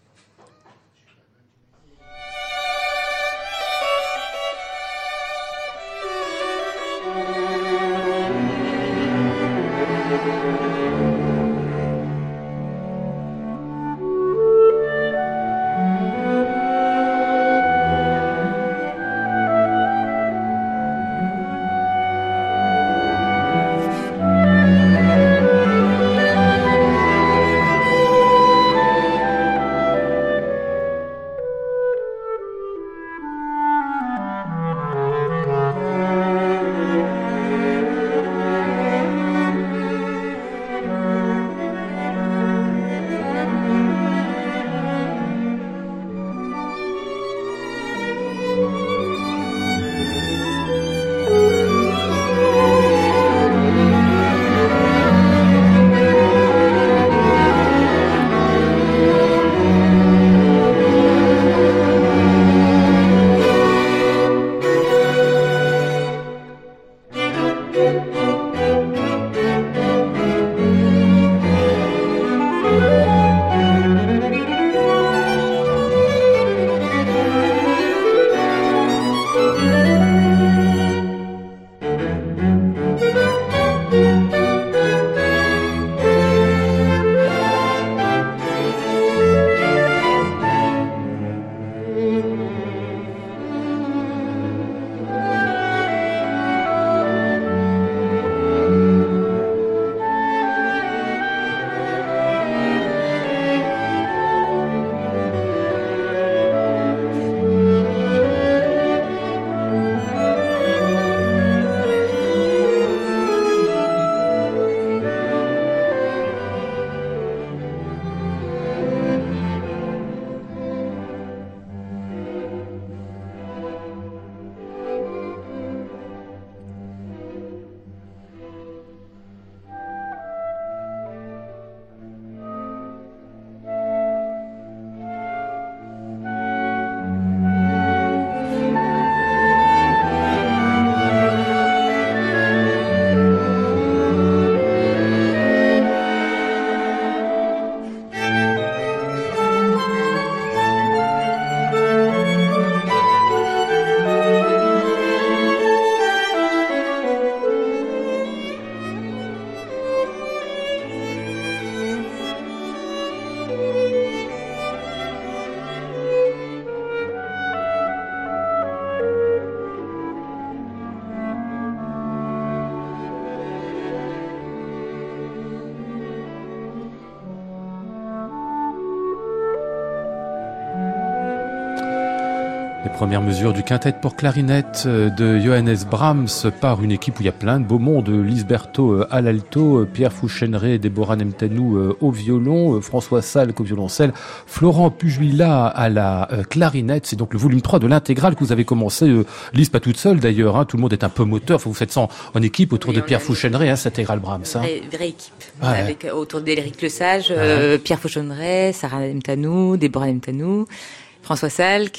Les premières mesures du quintet pour clarinette de Johannes Brahms par une équipe où il y a plein de beaux mondes. Lisberto à l'alto, Pierre Fouchenray et Deborah Nemtanou au violon, François Salk au violoncelle, Florent Pujuila à la clarinette. C'est donc le volume 3 de l'intégrale que vous avez commencé, Lise, pas toute seule d'ailleurs, hein, tout le monde est un peu moteur, vous faites ça en équipe autour de Pierre Fouchenray, hein, cette intégrale Brahms. Hein. Vraie équipe, avec, autour d'Éric Lesage, Pierre Fouchenray, Sarah Nemtanou, Deborah Nemtanou, François Salk,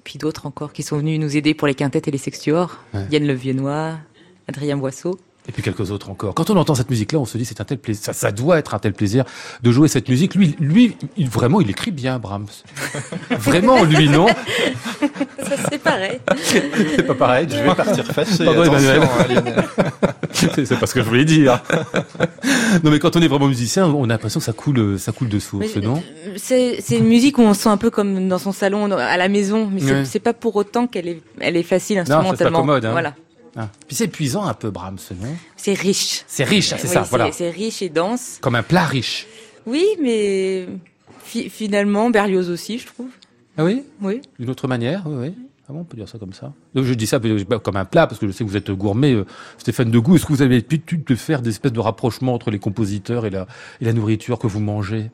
Puis d'autres encore qui sont venus nous aider pour les quintettes et les sextuors. Ouais. Yann Le Viennois, Adrien Boisseau. Et puis quelques autres encore. Quand on entend cette musique-là, on se dit c'est un tel plaisir, ça doit être un tel plaisir de jouer cette musique. Lui, vraiment, il écrit bien, Brahms. Vraiment, lui, non? Ça, c'est pareil. C'est pas pareil. Je vais partir fâché. Pardon, Attention, Emmanuel. Lionel. C'est pas ce que je voulais dire. Non, mais quand on est vraiment musicien, on a l'impression que ça coule de source, non? C'est une musique où on se sent un peu comme dans son salon, à la maison. Mais Ouais. c'est pas pour autant qu'elle est facile c'est instrumentalement. pas commode, hein. Voilà. Ah. Puis c'est épuisant un peu, Brahms, non? C'est riche. C'est riche, c'est Oui, ça, voilà. C'est riche et dense. Comme un plat riche. Oui, mais finalement, Berlioz aussi, je trouve. Ah oui? Oui. D'une autre manière, oui. Ah bon, on peut dire ça comme ça. Donc je dis ça comme un plat, parce que je sais que vous êtes gourmet, Stéphane Degout. Est-ce que vous avez l'habitude de faire des espèces de rapprochements entre les compositeurs et la nourriture que vous mangez?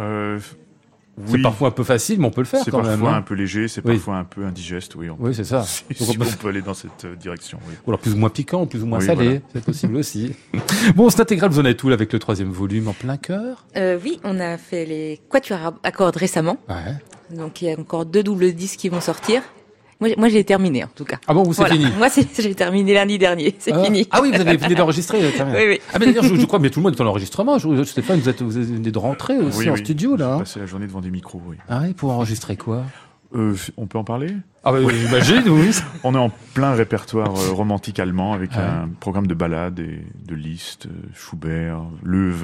C'est Oui, parfois un peu facile, mais on peut le faire c'est quand même. parfois hein. un peu léger, c'est Oui. parfois un peu indigeste, oui. Oui, c'est ça. Si, Donc, si on peut aller dans cette direction, oui. Ou alors plus ou moins piquant, plus ou moins Oui, salé, voilà. c'est possible aussi. Bon, cette intégrale, vous en êtes où là, avec le 3e volume en plein cœur? Oui, on a fait les quatuors à cordes récemment. Ouais. Donc il y a encore 2 doubles disques qui vont sortir. Moi j'ai terminé en tout cas. Ah bon, vous c'est Voilà. fini? Moi j'ai terminé lundi dernier, c'est fini. Ah oui, vous avez fini d'enregistrer. Très bien. Oui, oui. Ah mais d'ailleurs, je crois, mais tout le monde est en enregistrement. Stéphane, vous venez de rentrer aussi Oui, en oui. studio là. hein. Passer la journée devant des micros, oui. Ah oui, pour enregistrer quoi? On peut en parler? Ah bah j'imagine, oui. On est en plein répertoire romantique allemand avec Ah ouais. un programme de ballades et de Liszt, Schubert, Loewe,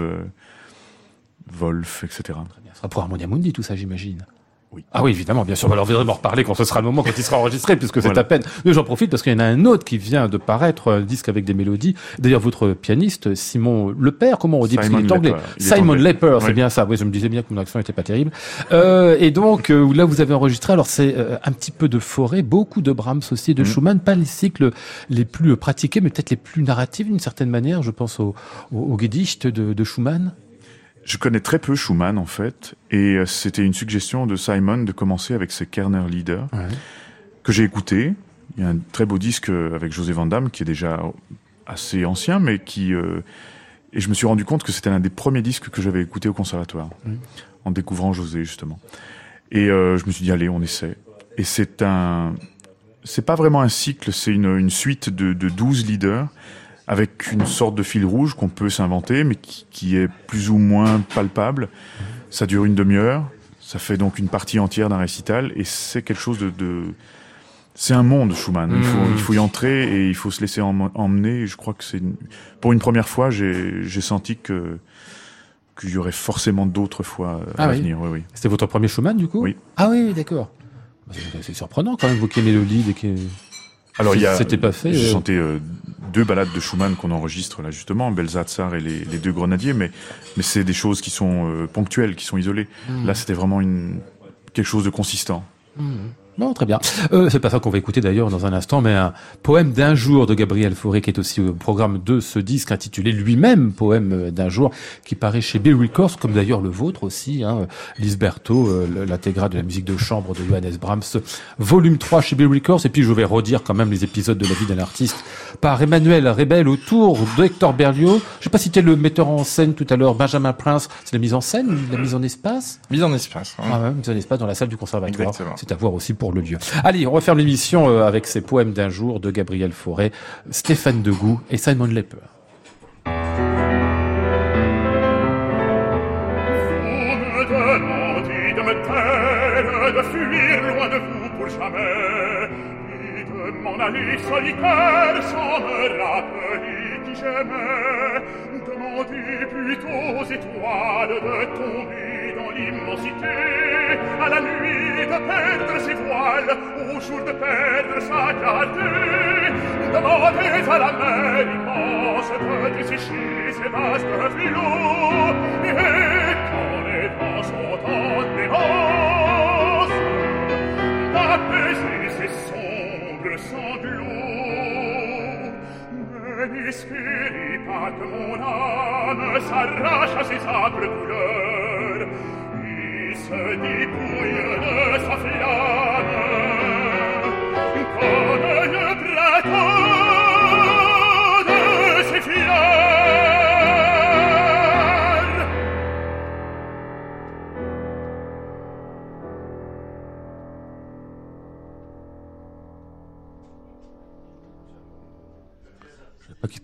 Wolf, etc. Ça sera pour Harmonia Mundi, tout ça, j'imagine. Oui. Ah oui, évidemment, bien sûr. Alors, on viendra en reparler quand ce sera le moment, quand il sera enregistré, puisque c'est Voilà. à peine. Mais j'en profite parce qu'il y en a un autre qui vient de paraître, un disque avec des mélodies. D'ailleurs, votre pianiste, Simon Lepère, comment on dit? Parce qu'il est anglais. Simon Lepère, c'est Oui. bien ça. Oui, je me disais bien que mon accent n'était pas terrible. Et donc, là, vous avez enregistré, alors c'est un petit peu de Fauré, beaucoup de Brahms aussi, de Schumann, pas les cycles les plus pratiqués, mais peut-être les plus narratifs d'une certaine manière. Je pense au Gedicht de Schumann. Je connais très peu Schumann, en fait, et c'était une suggestion de Simon de commencer avec ses Kerner Lieder, Ouais. que j'ai écouté. Il y a un très beau disque avec José Van Damme, qui est déjà assez ancien, mais qui... Et je me suis rendu compte que c'était l'un des premiers disques que j'avais écouté au conservatoire, en découvrant José, justement. Et je me suis dit, allez, on essaie. Et c'est pas vraiment un cycle, c'est une suite de 12 leaders, avec une sorte de fil rouge qu'on peut s'inventer, mais qui est plus ou moins palpable. Ça dure une demi-heure, ça fait donc une partie entière d'un récital, et c'est quelque chose c'est un monde, Schumann. Il faut y entrer et il faut se laisser emmener. Et je crois que pour une première fois, j'ai senti qu'il y aurait forcément d'autres fois à oui. venir. Oui, oui. C'était votre premier Schumann, du coup? Oui. Ah oui, d'accord. C'est surprenant quand même, vous qui aimez le lead et qui... Alors C'était pas fait. J'ai chanté 2 ballades de Schumann qu'on enregistre là justement, Belsazar et les 2 grenadiers, mais c'est des choses qui sont ponctuelles, qui sont isolées. Là, c'était vraiment quelque chose de consistant. Non, très bien. C'est pas ça qu'on va écouter d'ailleurs dans un instant, mais un poème d'un jour de Gabriel Fauré qui est aussi au programme de ce disque intitulé lui-même Poème d'un jour, qui paraît chez Bill Records, comme d'ailleurs le vôtre aussi, hein, Lisberto, l'intégrale de la musique de chambre de Johannes Brahms, volume 3 chez Bill Records. Et puis je vais redire quand même les épisodes de la vie d'un artiste par Emmanuel Rebel autour de Hector Berlioz. Je sais pas si c'était le metteur en scène tout à l'heure, Benjamin Prince. C'est la mise en scène, la mise en espace? Mise en espace. Ah ouais, mise en espace dans la salle du conservatoire. Exactement. C'est à voir aussi pour le lieu. Allez, on va faire l'émission avec ces poèmes d'un jour de Gabriel Fauré, Stéphane Degout et Simon Lepper. Vous me demandez de me taire, de fuir loin de vous pour jamais, et de m'en aller solitaire sans me rappeler qui j'aimais. Demandez plutôt aux étoiles de tomber dans l'immensité, à la nuit de perdre ses voiles, au jour de perdre sa clarté. Demandez à la mer immense de dessécher ses vastes flots, et quand les vents sont en clémence, d'apaiser ses sombres sanglots. Mais n'espérez pas que mon âme s'arrache à ses âpres douleurs et se dépouille de sa flamme comme le printemps de ses fleurs.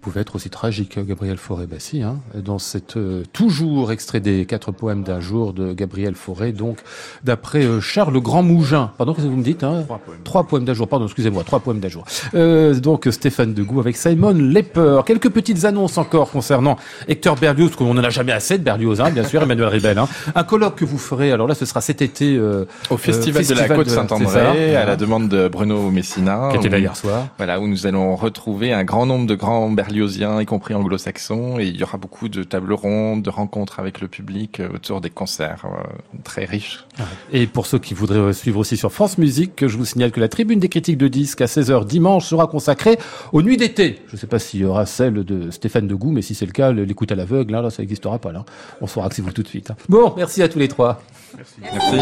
pouvait être aussi tragique, Gabriel Fauré. Bah si, hein, dans cette toujours extrait des 4 poèmes d'un jour de Gabriel Fauré, donc d'après Charles Grandmougin. Pardon, qu'est-ce que vous me dites, hein? 3 poèmes d'un jour. Pardon, excusez-moi, 3 poèmes d'un jour. Donc Stéphane Degout avec Simon Leper. Quelques petites annonces encore concernant Hector Berlioz, parce qu'on n'en a jamais assez de Berlioz, hein, bien sûr, Emmanuel Ribel. Hein. Un colloque que vous ferez, alors là, ce sera cet été au Festival de la Côte Saint-André, à la demande de Bruno Messina, qui était là hier soir. Voilà, où nous allons retrouver un grand nombre de grands berliosiens, y compris anglo-saxons, et il y aura beaucoup de tables rondes, de rencontres avec le public autour des concerts très riches. Et pour ceux qui voudraient suivre aussi sur France Musique, je vous signale que la tribune des critiques de disques à 16h dimanche sera consacrée aux nuits d'été. Je ne sais pas s'il y aura celle de Stéphane Degout, mais si c'est le cas, l'écoute à l'aveugle, là, ça n'existera pas. Là. On saura que c'est vous tout de suite. Hein. Bon, merci à tous les 3. Merci.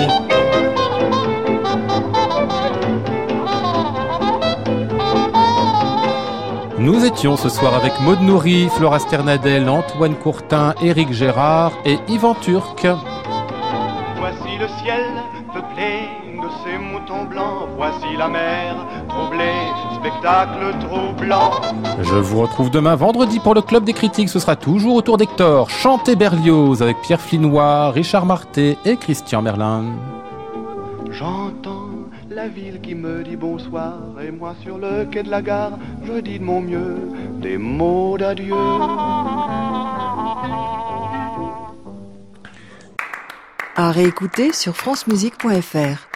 Nous étions ce soir avec Maud Nourri, Flora Sternadel, Antoine Courtin, Éric Gérard et Yvan Turc. Voici le ciel peuplé de ces moutons blancs, voici la mer troublée, spectacle troublant. Je vous retrouve demain vendredi pour le Club des critiques, ce sera toujours autour d'Hector, chanté Berlioz avec Pierre Flinois, Richard Marté et Christian Merlin. J'entends la ville qui me dit bonsoir, et moi sur le quai de la gare, je dis de mon mieux des mots d'adieu. À réécouter sur francemusique.fr.